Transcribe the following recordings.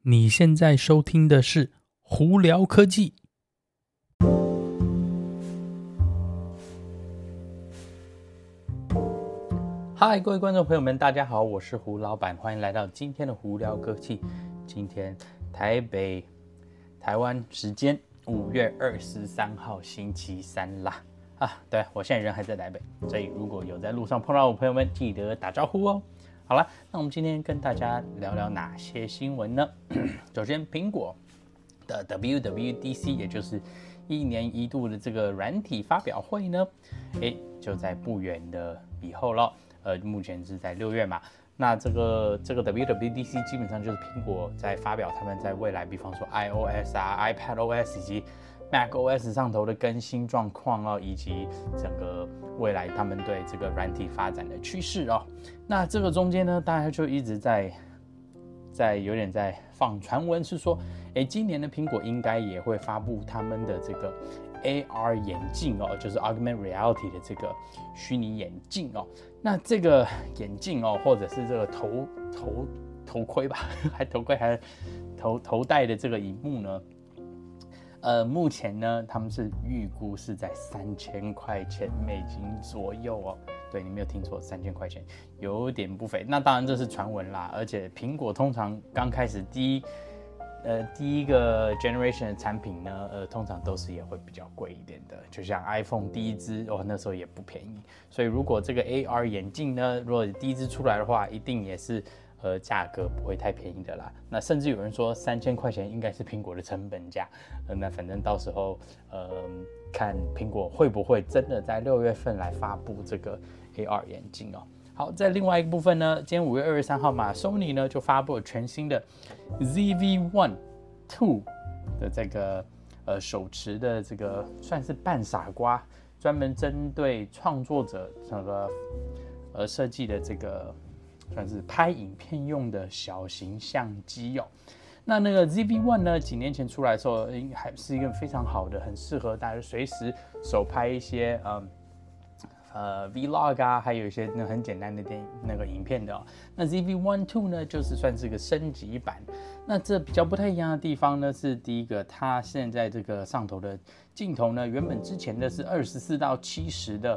你现在收听的是胡聊科技。嗨，各位观众朋友们，大家好，我是胡老板，欢迎来到今天的胡聊科技。今天台湾时间5月23号星期三啦。对，我现在人还在台北，所以如果有在路上碰到我朋友们，记得打招呼哦。好了，那我们今天跟大家聊聊哪些新闻呢？首先，苹果的 WWDC， 也就是1年一度的这个软体发表会呢，就在不远的以后了。目前是在6月嘛。那这个 WWDC 基本上就是苹果在发表他们在未来，比方说 iOS 啊、iPadOS 以及 macOS 上头的更新状况哦，以及整个未来他们对这个软体发展的趋势哦。那这个中间呢，大家就一直在有点在放传闻，是说，今年的苹果应该也会发布他们的这个 AR 眼镜哦，就是 Augmented Reality 的这个虚拟眼镜哦。那这个眼镜哦，或者是这个头盔吧，还头戴的这个萤幕呢，目前呢，他们是预估是在3000块钱美金左右哦。对，你没有听错，3000块钱，有点不菲。那当然这是传闻啦，而且苹果通常刚开始第一个 generation 的产品呢，通常都是也会比较贵一点的，就像 iPhone 第一支那时候也不便宜。所以如果这个 AR 眼镜呢，如果第一支出来的话，一定也是价格不会太便宜的啦。那甚至有人说3000块钱应该是苹果的成本价。那反正到时候看苹果会不会真的在6月份来发布这个 AR 眼镜哦。好，在另外一个部分呢，今天5月23号嘛 ，Sony 呢就发布了全新的 ZV-1 2的这个手持的这个算是半傻瓜，专门针对创作者这个设计的这个算是拍影片用的小型相机哦。那个 ZV-1 呢，几年前出来的时候，还是一个非常好的，很适合大家随时手拍一些Vlog 啊，还有一些很简单的影片的哦。那 ZV-1 2呢，就是算是个升级版。那这比较不太一样的地方呢，是第一个，它现在这个上头的镜头呢，原本之前的是24到70的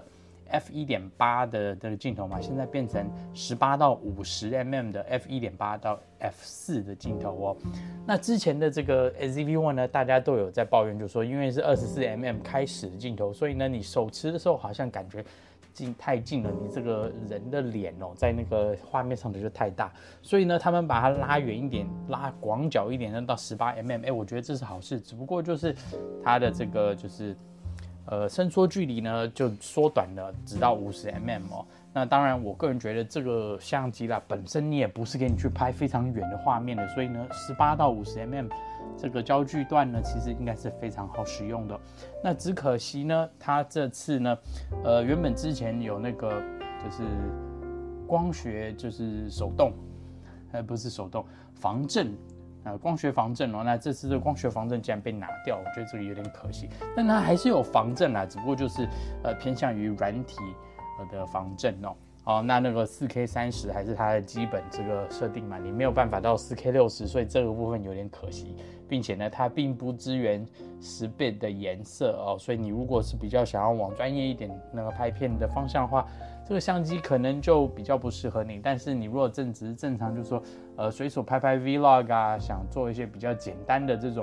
f1.8 的这个镜头嘛，现在变成18到50mm 的 f1.8 到 f4 的镜头哦。那之前的这个 ZV-1 呢，大家都有在抱怨，就说因为是24mm 开始的镜头，所以呢，你手持的时候好像感觉太近了，你这个人的脸在那个画面上头就太大，所以呢，他们把它拉远一点，拉广角一点，到18mm。我觉得这是好事，只不过就是它的这个就是伸缩距离呢就缩短了，只到50mm哦。那当然，我个人觉得这个相机啦，本身你也不是给你去拍非常远的画面的，所以呢，18到50mm这个焦距段呢，其实应该是非常好使用的。那只可惜呢，它这次呢，原本之前有那个就是光学就是手动，不是手动防震。光学防震哦，那这次的光学防震竟然被拿掉，我觉得这个有点可惜。但它还是有防震啦，只不过就是偏向于软体的防震哦。那个 4K 30还是它的基本这个设定嘛，你没有办法到 4K 60，所以这个部分有点可惜，并且呢，它并不支援10bit 的颜色哦，所以你如果是比较想要往专业一点那个拍片的方向的话，这个相机可能就比较不适合你。但是你如果只是正常，就是说随手拍 Vlog 啊，想做一些比较简单的这种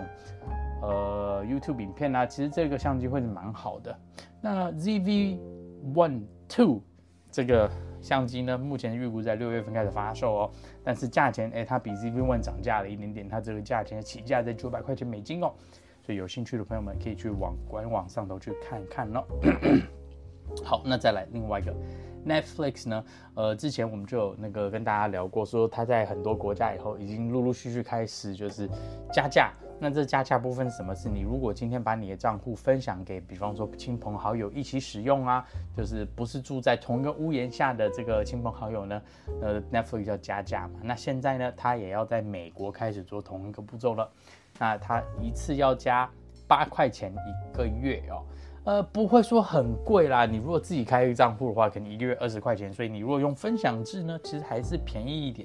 YouTube 影片啊，其实这个相机会是蛮好的。那 ZV-1 2这个相机呢，目前预估在6月份开始发售哦，但是价钱它比 ZV-1 涨价了一点点，它这个价钱起价在900块钱美金哦，所以有兴趣的朋友们可以去官网上头去看看哦。好，那再来另外一个 Netflix 呢，之前我们就有跟大家聊过，说它在很多国家以后已经陆陆续续开始就是加价。那这加价部分是什么？是你如果今天把你的账户分享给，比方说亲朋好友一起使用啊，就是不是住在同一个屋檐下的这个亲朋好友呢，Netflix 要加价嘛。那现在呢，它也要在美国开始做同一个步骤了。那它一次要加8块钱1个月哦。不会说很贵啦，你如果自己开一个账户的话，可能1个月20块钱，所以你如果用分享制呢，其实还是便宜一点。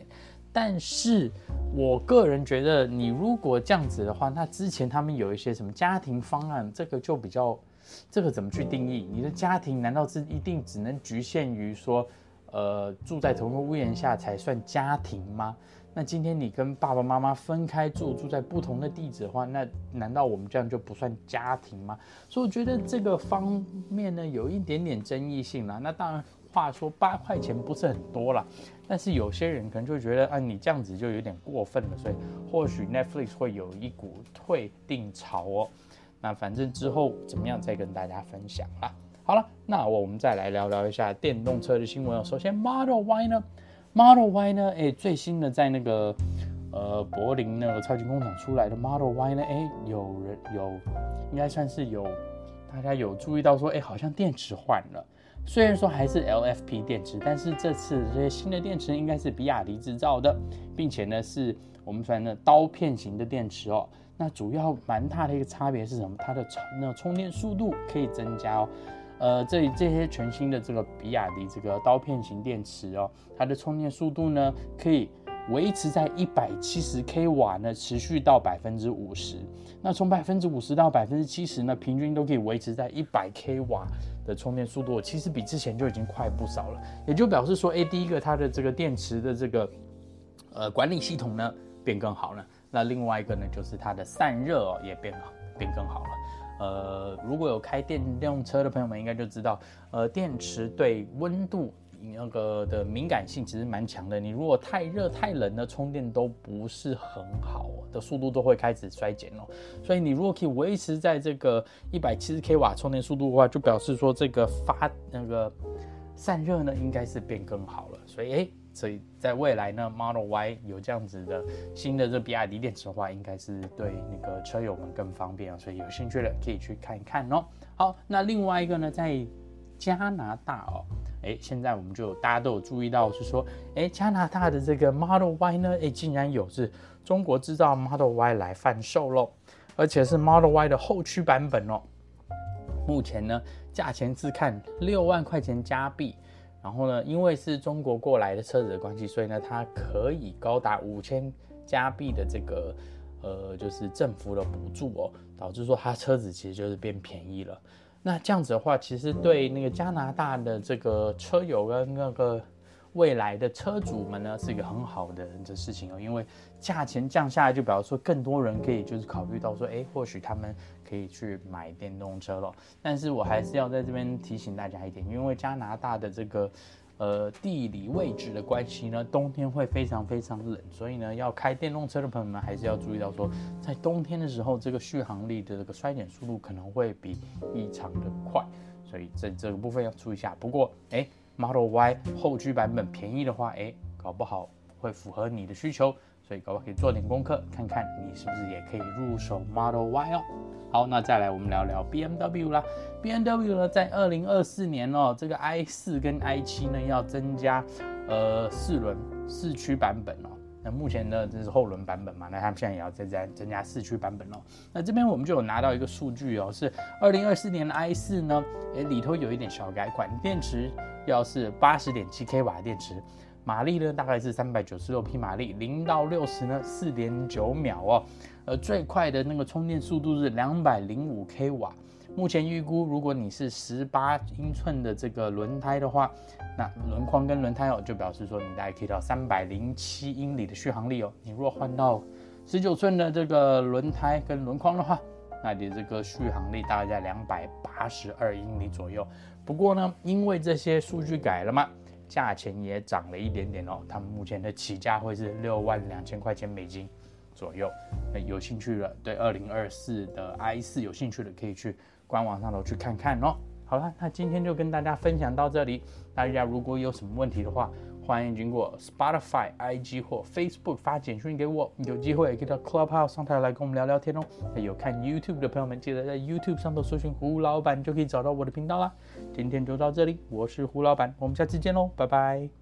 但是我个人觉得，你如果这样子的话，那之前他们有一些什么家庭方案，这个就比较，这个怎么去定义？你的家庭难道是一定只能局限于说，住在同一个屋檐下才算家庭吗？那今天你跟爸爸妈妈分开住，住在不同的地址的话，那难道我们这样就不算家庭吗？所以我觉得这个方面呢，有一点点争议性啦。那当然，话说8块钱不是很多啦，但是有些人可能就会觉得，啊，你这样子就有点过分了，所以或许 Netflix 会有一股退订潮哦。那反正之后怎么样再跟大家分享啦。好了，那我们再来聊聊一下电动车的新闻哦。首先 Model Y 呢，Model Y 呢，最新的在那个柏林那个超级工厂出来的 Model Y 呢，有应该算是有大家有注意到说，好像电池换了。虽然说还是 LFP 电池，但是这次这些新的电池应该是比亚迪制造的，并且呢是我们说的刀片型的电池哦。那主要蛮大的一个差别是什么？它的充电速度可以增加哦。这些全新的这个比亚迪这个刀片型电池哦，它的充电速度呢可以维持在170 kW 呢，持续到50%。那从50%到70%呢，平均都可以维持在100 kW 的充电速度，其实比之前就已经快不少了。也就表示说，第一个它的这个电池的这个管理系统呢变更好了。那另外一个呢，就是它的散热也变更好了。如果有开电动车的朋友们应该就知道，电池对温度那个的敏感性其实蛮强的。你如果太热太冷呢，充电都不是很好的速度都会开始衰减哦。所以你如果可以维持在这个170 kW 充电速度的话，就表示说这个散热呢应该是变更好了。所以在未来呢 ，Model Y 有这样子的新的这比亚迪电池的话，应该是对那个车友们更方便啊。所以有兴趣的可以去看一看哦。好，那另外一个呢，在加拿大哦，现在我们大家都有注意到是说，加拿大的这个 Model Y 呢，竟然有是中国制造 Model Y 来贩售咯，而且是 Model Y 的后驱版本哦。目前呢，价钱是看6万块钱加币。然后呢，因为是中国过来的车子的关系，所以呢，它可以高达5000加币的这个就是政府的补助哦，导致说它车子其实就是变便宜了。那这样子的话，其实对那个加拿大的这个车友跟那个未来的车主们呢，是一个很好的事情哦，因为价钱降下来，就表示说更多人可以就是考虑到说，或许他们可以去买电动车了。但是我还是要在这边提醒大家一点，因为加拿大的这个地理位置的关系呢，冬天会非常非常冷，所以呢，要开电动车的朋友们还是要注意到说，在冬天的时候，这个续航力的这个衰减速度可能会比异常的快，所以在这个部分要注意一下。不过Model Y 后驱版本便宜的话，搞不好会符合你的需求，所以搞不好可以做点功课，看看你是不是也可以入手 Model Y 哦。好，那再来我们聊聊 BMW 啦。BMW 呢，在2024年哦，这个 i4 跟 i7 呢要增加4驱版本哦。那目前呢，这是后轮版本嘛，那他们现在也要再增加4驱版本哦。那这边我们就有拿到一个数据哦，是2024年的 i4 呢，里头有一点小改款，电池要是80.7 kW 电池，马力呢大概是396匹马力，0到60呢4.9秒哦。最快的那个充电速度是205 kW。目前预估，如果你是18英寸的这个轮胎的话，那轮框跟轮胎就表示说你大概可以到307英里的续航力哦。你如果换到19寸的这个轮胎跟轮框的话，那你这个续航力大概在282英里左右。不过呢，因为这些数据改了嘛，价钱也涨了一点点哦。他们目前的起价会是62000块钱美金左右。有兴趣的，对2024的 i4 有兴趣的，可以去官网上头去看看哦。好了，那今天就跟大家分享到这里。大家如果有什么问题的话，欢迎经过 Spotify、IG 或 Facebook 发简讯给我，有机会也可以到 Clubhouse 上台来跟我们聊聊天哦。有看 YouTube 的朋友们，记得在 YouTube 上头搜寻胡老板，就可以找到我的频道啦。今天就到这里，我是胡老板，我们下次见喽，拜拜。